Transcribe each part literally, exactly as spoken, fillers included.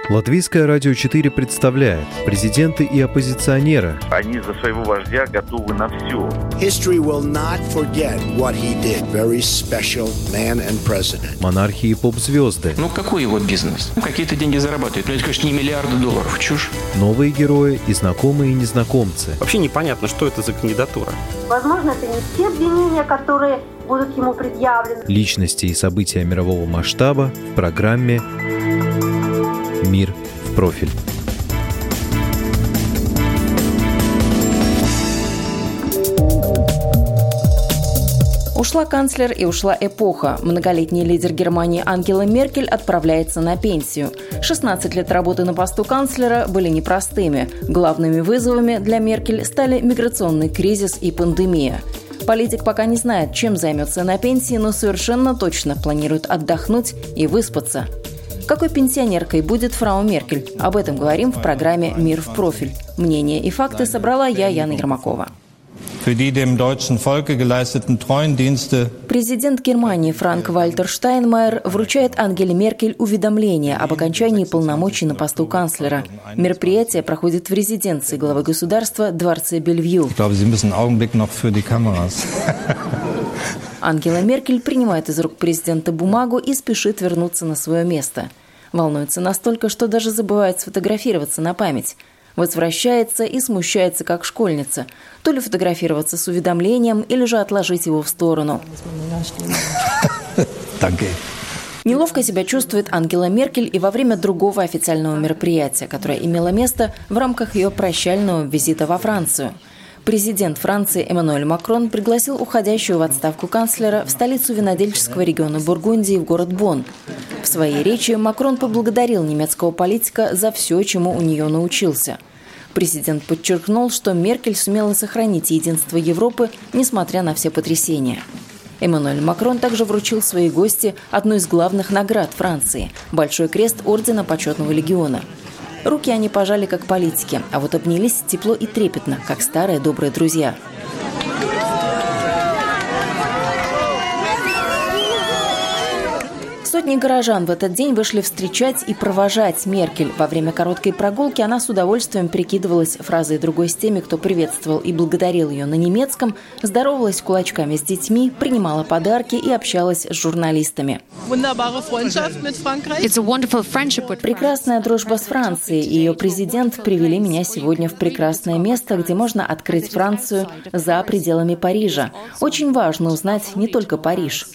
Латвийское радио четыре представляет президенты и оппозиционеры. Они за своего вождя готовы на все. History will not forget what he did. Very special man and president. Монархи и поп-звезды. Ну какой его бизнес? Ну, какие-то деньги зарабатывают. Ну это, конечно, не миллиарды долларов. Чушь. Новые герои и знакомые и незнакомцы. Вообще непонятно, что это за кандидатура. Возможно, это не те обвинения, которые будут ему предъявлены. Личности и события мирового масштаба в программе «Мир в профиль». Ушла канцлер и ушла эпоха. Многолетний лидер Германии Ангела Меркель отправляется на пенсию. шестнадцать лет работы на посту канцлера были непростыми. Главными вызовами для Меркель стали миграционный кризис и пандемия. Политик пока не знает, чем займется на пенсии, но совершенно точно планирует отдохнуть и выспаться. Какой пенсионеркой будет фрау Меркель? Об этом говорим в программе «Мир в профиль». Мнения и факты собрала я, Яна Ермакова. Президент Германии Франк-Вальтер Штайнмайер вручает Ангеле Меркель уведомление об окончании полномочий на посту канцлера. Мероприятие проходит в резиденции главы государства Дворце Бельвью. Ангела Меркель принимает из рук президента бумагу и спешит вернуться на свое место. Волнуется настолько, что даже забывает сфотографироваться на память. Возвращается и смущается, как школьница. То ли фотографироваться с уведомлением, или же отложить его в сторону. Неловко себя чувствует Ангела Меркель и во время другого официального мероприятия, которое имело место в рамках ее прощального визита во Францию. Президент Франции Эммануэль Макрон пригласил уходящую в отставку канцлера в столицу винодельческого региона Бургундии, в город Бонн. В своей речи Макрон поблагодарил немецкого политика за все, чему у нее научился. Президент подчеркнул, что Меркель сумела сохранить единство Европы, несмотря на все потрясения. Эммануэль Макрон также вручил своей гости одну из главных наград Франции – Большой крест Ордена Почетного легиона. Руки они пожали как политики, а вот обнялись тепло и трепетно, как старые добрые друзья. Сотни горожан в этот день вышли встречать и провожать Меркель. Во время короткой прогулки она с удовольствием перекидывалась фразой другой с теми, кто приветствовал и благодарил ее на немецком, здоровалась кулачками с детьми, принимала подарки и общалась с журналистами. Прекрасная дружба с Францией и ее президент привели меня сегодня в прекрасное место, где можно открыть Францию за пределами Парижа. Очень важно узнать не только Париж.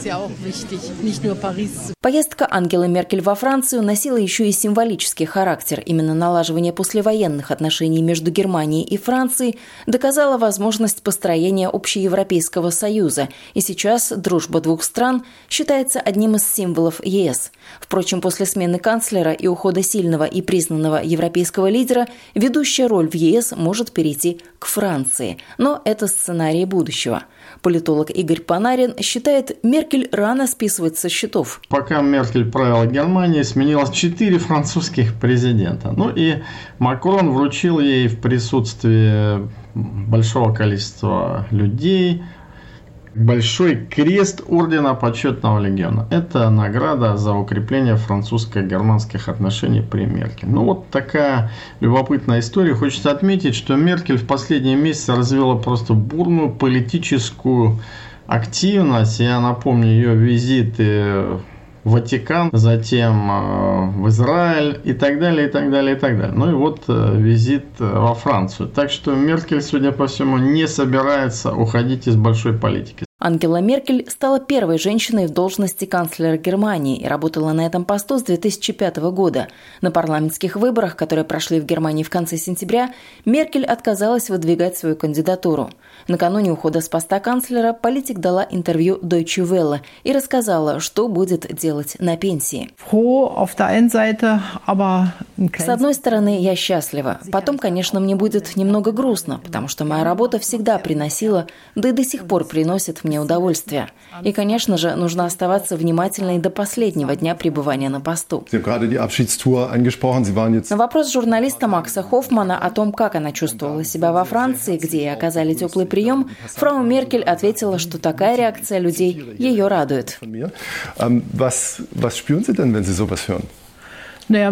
Поездка Ангелы Меркель во Францию носила еще и символический характер. Именно налаживание послевоенных отношений между Германией и Францией доказало возможность построения общеевропейского союза. И сейчас дружба двух стран считается одним из символов ЕС. Впрочем, после смены канцлера и ухода сильного и признанного европейского лидера, ведущая роль в ЕС может перейти к Франции. Но это сценарий будущего. Политолог Игорь Панарин считает, Меркель рано списывать со счетов. Пока Меркель правила Германией, сменилось четыре французских президента. Ну и Макрон вручил ей в присутствии большого количества людей Большой крест Ордена Почетного легиона. Это награда за укрепление французско-германских отношений при Меркель. Ну вот такая любопытная история. Хочется отметить, что Меркель в последние месяцы развила просто бурную политическую активность. Я напомню ее визиты в Ватикан, затем в Израиль и так далее, и так далее, и так далее. Ну и вот визит во Францию. Так что Меркель, судя по всему, не собирается уходить из большой политики. Ангела Меркель стала первой женщиной в должности канцлера Германии и работала на этом посту с две тысячи пятого года. На парламентских выборах, которые прошли в Германии в конце сентября, Меркель отказалась выдвигать свою кандидатуру. Накануне ухода с поста канцлера политик дала интервью Deutsche Welle и рассказала, что будет делать на пенсии. С одной стороны, я счастлива. Потом, конечно, мне будет немного грустно, потому что моя работа всегда приносила, да и до сих пор приносит мне удовольствие. И, конечно же, нужно оставаться внимательной до последнего дня пребывания на посту. На вопрос журналиста Макса Хоффмана о том, как она чувствовала себя во Франции, где ей оказали теплый прием, фрау Меркель ответила, что такая реакция людей ее радует. Я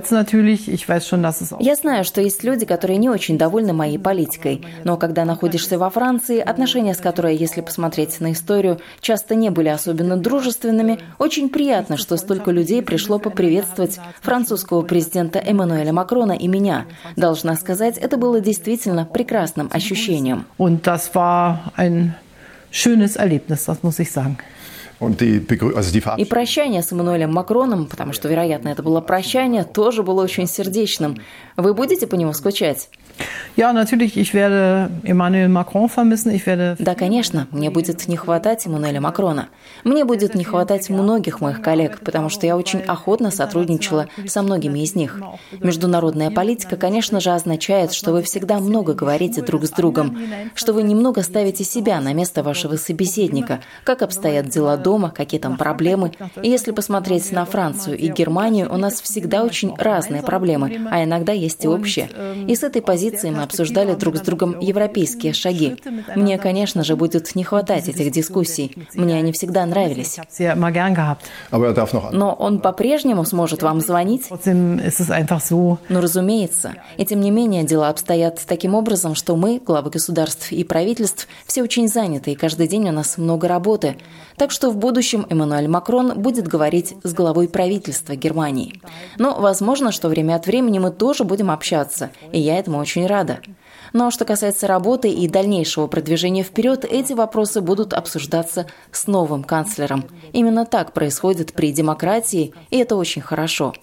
знаю, что есть люди, которые не очень довольны моей политикой, но когда находишься во Франции, отношения с которой, если посмотреть на историю, часто не были особенно дружественными, очень приятно, что столько людей пришло поприветствовать французского президента Эммануэля Макрона и меня. Должна сказать, это было действительно прекрасным ощущением. И прощание с Эммануэлем Макроном, потому что, вероятно, это было прощание, тоже было очень сердечным. Вы будете по нему скучать? Да, конечно, мне будет не хватать Эммануэля Макрона. Мне будет не хватать многих моих коллег, потому что я очень охотно сотрудничала со многими из них. Международная политика, конечно же, означает, что вы всегда много говорите друг с другом, что вы немного ставите себя на место вашего собеседника, как обстоят дела дома, какие там проблемы. И если посмотреть на Францию и Германию, у нас всегда очень разные проблемы, а иногда есть и общие. И с этой позиции мы обсуждали друг с другом европейские шаги. Мне, конечно же, будет не хватать этих дискуссий. Мне они всегда нравились. Но он по-прежнему сможет вам звонить? Ну, разумеется. И тем не менее, дела обстоят таким образом, что мы, главы государств и правительств, все очень заняты, и каждый день у нас много работы. Так что в будущем Эммануэль Макрон будет говорить с главой правительства Германии. Но возможно, что время от времени мы тоже будем общаться, и я этому очень рада. Но что касается работы и дальнейшего продвижения вперед, эти вопросы будут обсуждаться с новым канцлером. Именно так происходит при демократии, и это очень хорошо.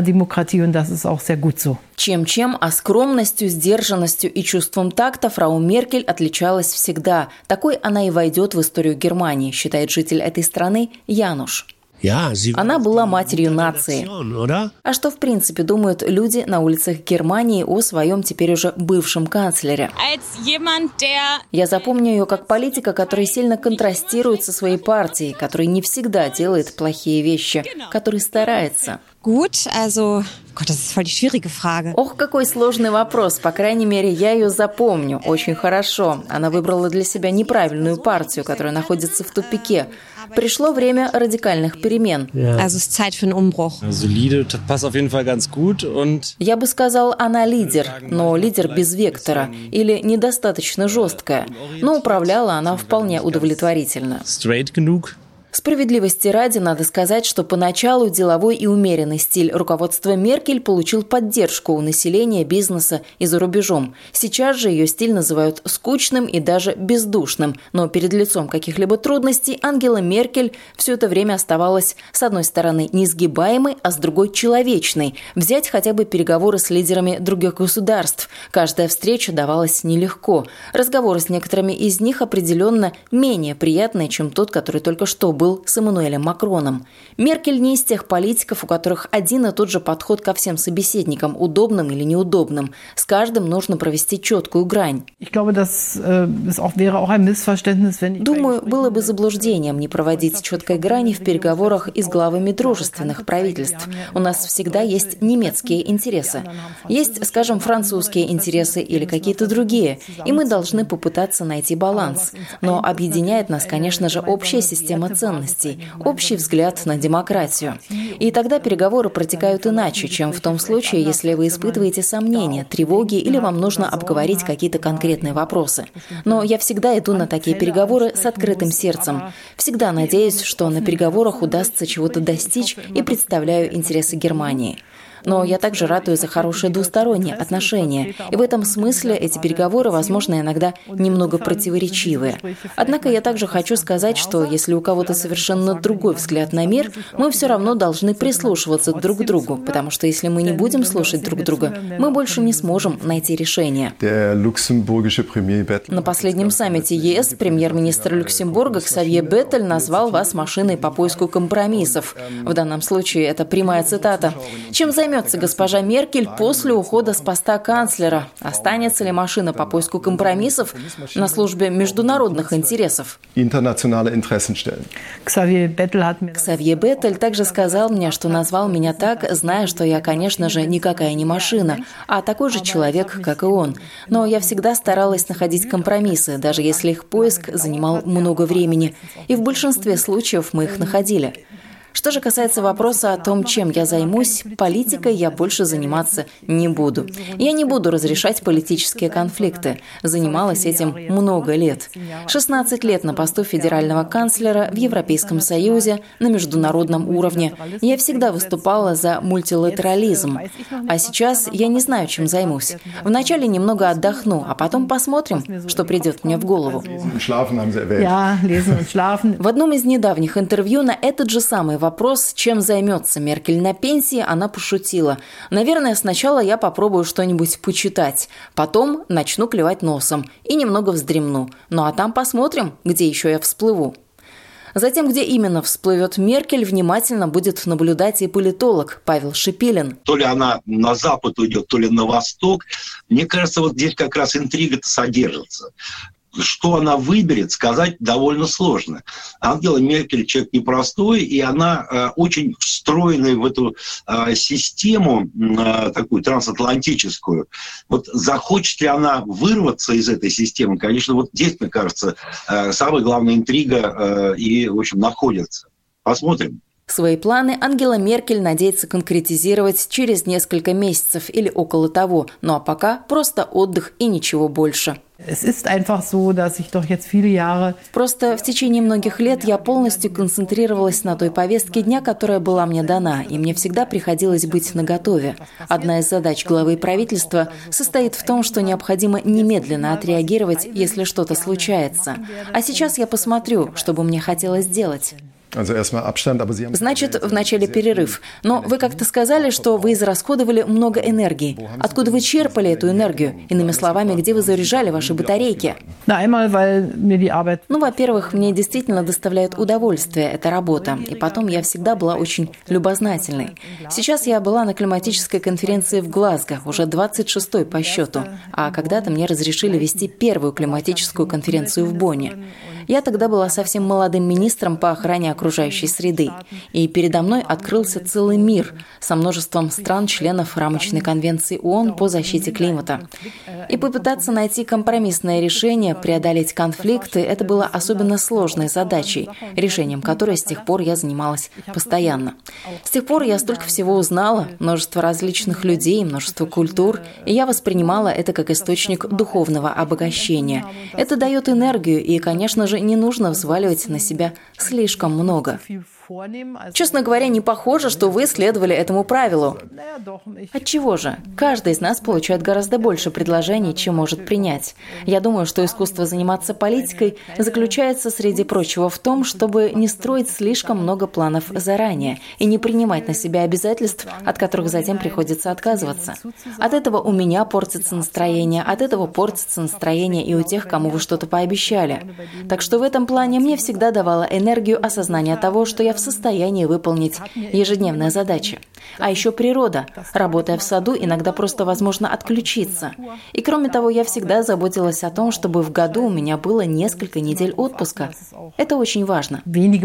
Чем-чем, а скромностью, сдержанностью и чувством такта фрау Меркель отличалась всегда. Такой она и войдет в историю Германии, считает житель этой страны Януш. Она была матерью нации. А что, в принципе, думают люди на улицах Германии о своем теперь уже бывшем канцлере? Я запомню ее как политика, который сильно контрастирует со своей партией, который не всегда делает плохие вещи, который старается. Gut, also, Gott, das ist voll die schwierige Frage. Ох, какой сложный вопрос. По крайней мере, я ее запомню очень хорошо. Она выбрала для себя неправильную партию, которая находится в тупике. Пришло время радикальных перемен. Also, es ist Zeit für einen Umbruch. Solide, das passt auf jeden Fall ganz gut und... Я бы сказал, она лидер, но лидер без вектора или недостаточно жесткая. Но управляла она вполне удовлетворительно. Straight genug. Справедливости ради надо сказать, что поначалу деловой и умеренный стиль руководства Меркель получил поддержку у населения, бизнеса и за рубежом. Сейчас же ее стиль называют скучным и даже бездушным. Но перед лицом каких-либо трудностей Ангела Меркель все это время оставалась, с одной стороны, несгибаемой, а с другой – человечной. Взять хотя бы переговоры с лидерами других государств. Каждая встреча давалась нелегко. Разговоры с некоторыми из них определенно менее приятные, чем тот, который только что был был с Эммануэлем Макроном. Меркель не из тех политиков, у которых один и тот же подход ко всем собеседникам, удобным или неудобным. С каждым нужно провести четкую грань. Думаю, было бы заблуждением не проводить четкой грани в переговорах и с главами дружественных правительств. У нас всегда есть немецкие интересы. Есть, скажем, французские интересы или какие-то другие, и мы должны попытаться найти баланс. Но объединяет нас, конечно же, общая система ценностей. Общий взгляд на демократию. И тогда переговоры протекают иначе, чем в том случае, если вы испытываете сомнения, тревоги или вам нужно обговорить какие-то конкретные вопросы. Но я всегда иду на такие переговоры с открытым сердцем. Всегда надеюсь, что на переговорах удастся чего-то достичь и представляю интересы Германии. Но я также ратую за хорошие двусторонние отношения. И в этом смысле эти переговоры, возможно, иногда немного противоречивые. Однако я также хочу сказать, что если у кого-то совершенно другой взгляд на мир, мы все равно должны прислушиваться друг к другу, потому что если мы не будем слушать друг друга, мы больше не сможем найти решение. На последнем саммите ЕС премьер-министр Люксембурга Ксавье Беттель назвал вас машиной по поиску компромиссов. В данном случае это прямая цитата. Чем займется госпожа Меркель после ухода с поста канцлера? Останется ли машина по поиску компромиссов на службе международных интересов? Ксавье Беттель также сказал мне, что назвал меня так, зная, что я, конечно же, никакая не машина, а такой же человек, как и он. Но я всегда старалась находить компромиссы, даже если их поиск занимал много времени. И в большинстве случаев мы их находили. Что же касается вопроса о том, чем я займусь, политикой я больше заниматься не буду. Я не буду разрешать политические конфликты. Занималась этим много лет. шестнадцать лет на посту федерального канцлера в Европейском Союзе, на международном уровне. Я всегда выступала за мультилатерализм. А сейчас я не знаю, чем займусь. Вначале немного отдохну, а потом посмотрим, что придет мне в голову. В одном из недавних интервью на этот же самый вопрос, чем займется Меркель на пенсии, она пошутила. Наверное, сначала я попробую что-нибудь почитать, потом начну клевать носом и немного вздремну. Ну а там посмотрим, где еще я всплыву. Затем, где именно всплывет Меркель, внимательно будет наблюдать и политолог Павел Шипилин. То ли она на запад уйдет, то ли на восток. Мне кажется, вот здесь как раз интрига-то содержится. Что она выберет, сказать довольно сложно. Ангела Меркель человек непростой, и она э, очень встроенная в эту э, систему, э, такую трансатлантическую. Вот захочет ли она вырваться из этой системы, конечно, вот здесь, мне кажется, э, самая главная интрига э, и, в общем, находится. Посмотрим. Свои планы Ангела Меркель надеется конкретизировать через несколько месяцев или около того, ну а пока просто отдых и ничего больше. Просто в течение многих лет я полностью концентрировалась на той повестке дня, которая была мне дана, и мне всегда приходилось быть наготове. Одна из задач главы правительства состоит в том, что необходимо немедленно отреагировать, если что-то случается. А сейчас я посмотрю, что бы мне хотелось сделать. Значит, вначале перерыв. Но вы как-то сказали, что вы израсходовали много энергии. Откуда вы черпали эту энергию? Иными словами, где вы заряжали ваши батарейки? Ну, во-первых, мне действительно доставляет удовольствие эта работа. И потом я всегда была очень любознательной. Сейчас я была на климатической конференции в Глазго, уже двадцать шестой по счету. А когда-то мне разрешили вести первую климатическую конференцию в Бонне. Я тогда была совсем молодым министром по охране окружающей среды, и передо мной открылся целый мир со множеством стран-членов рамочной конвенции ООН по защите климата. И попытаться найти компромиссное решение, преодолеть конфликты – это было особенно сложной задачей, решением которой с тех пор я занималась постоянно. С тех пор я столько всего узнала, множество различных людей, множество культур, и я воспринимала это как источник духовного обогащения. Это дает энергию, и, конечно же, не нужно взваливать на себя слишком много. Честно говоря, не похоже, что вы следовали этому правилу. Отчего же? Каждый из нас получает гораздо больше предложений, чем может принять. Я думаю, что искусство заниматься политикой заключается, среди прочего, в том, чтобы не строить слишком много планов заранее и не принимать на себя обязательств, от которых затем приходится отказываться. От этого у меня портится настроение, от этого портится настроение и у тех, кому вы что-то пообещали. Так что в этом плане мне всегда давало энергию осознание того, что я в состоянии выполнить ежедневные задачи. А еще природа. Работая в саду, иногда просто возможно отключиться. И кроме того, я всегда заботилась о том, чтобы в году у меня было несколько недель отпуска. Это очень важно.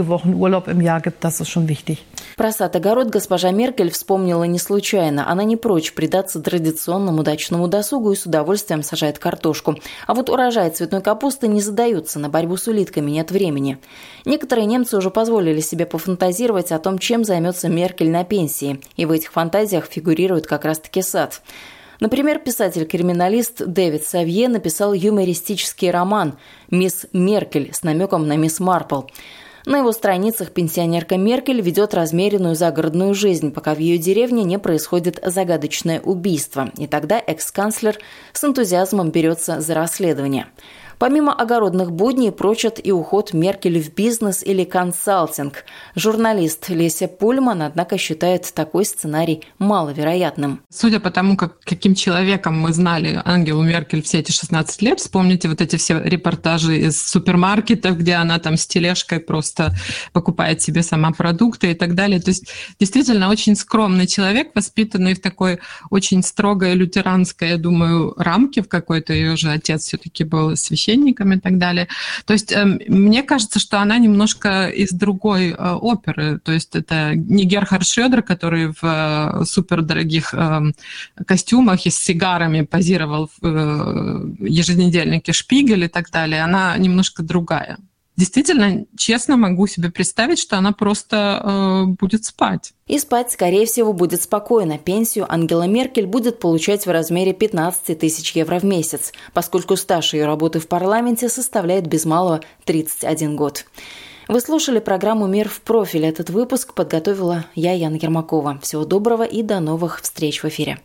Про сад-огород госпожа Меркель вспомнила не случайно. Она не прочь предаться традиционному дачному досугу и с удовольствием сажает картошку. А вот урожай цветной капусты не задаются, на борьбу с улитками нет времени. Некоторые немцы уже позволили себе пофантазировать о том, чем займется Меркель на пенсии. И в этих фантазиях фигурирует как раз-таки сад. Например, писатель-криминалист Дэвид Савье написал юмористический роман «Мисс Меркель» с намеком на мисс Марпл. На его страницах пенсионерка Меркель ведет размеренную загородную жизнь, пока в ее деревне не происходит загадочное убийство. И тогда экс-канцлер с энтузиазмом берется за расследование. Помимо огородных будней прочат и уход Меркель в бизнес или консалтинг. Журналист Леся Пульман, однако, считает такой сценарий маловероятным. Судя по тому, как, каким человеком мы знали Ангелу Меркель все эти шестнадцать лет, вспомните вот эти все репортажи из супермаркетов, где она там с тележкой просто покупает себе сама продукты и так далее. То есть действительно очень скромный человек, воспитанный в такой очень строгой лютеранской, я думаю, рамке в какой-то. Ее же отец все-таки был священником и так далее. То есть э, мне кажется, что она немножко из другой э, оперы. То есть это не Герхард Шрёдер, который в э, супердорогих э, костюмах и с сигарами позировал в э, еженедельнике «Шпигель» и так далее. Она немножко другая. действительно, честно могу себе представить, что она просто э, будет спать. И спать, скорее всего, будет спокойно. Пенсию Ангела Меркель будет получать в размере пятнадцать тысяч евро в месяц, поскольку стаж ее работы в парламенте составляет без малого тридцать один год. Вы слушали программу «Мир в профиль». Этот выпуск подготовила я, Яна Ермакова. Всего доброго и до новых встреч в эфире.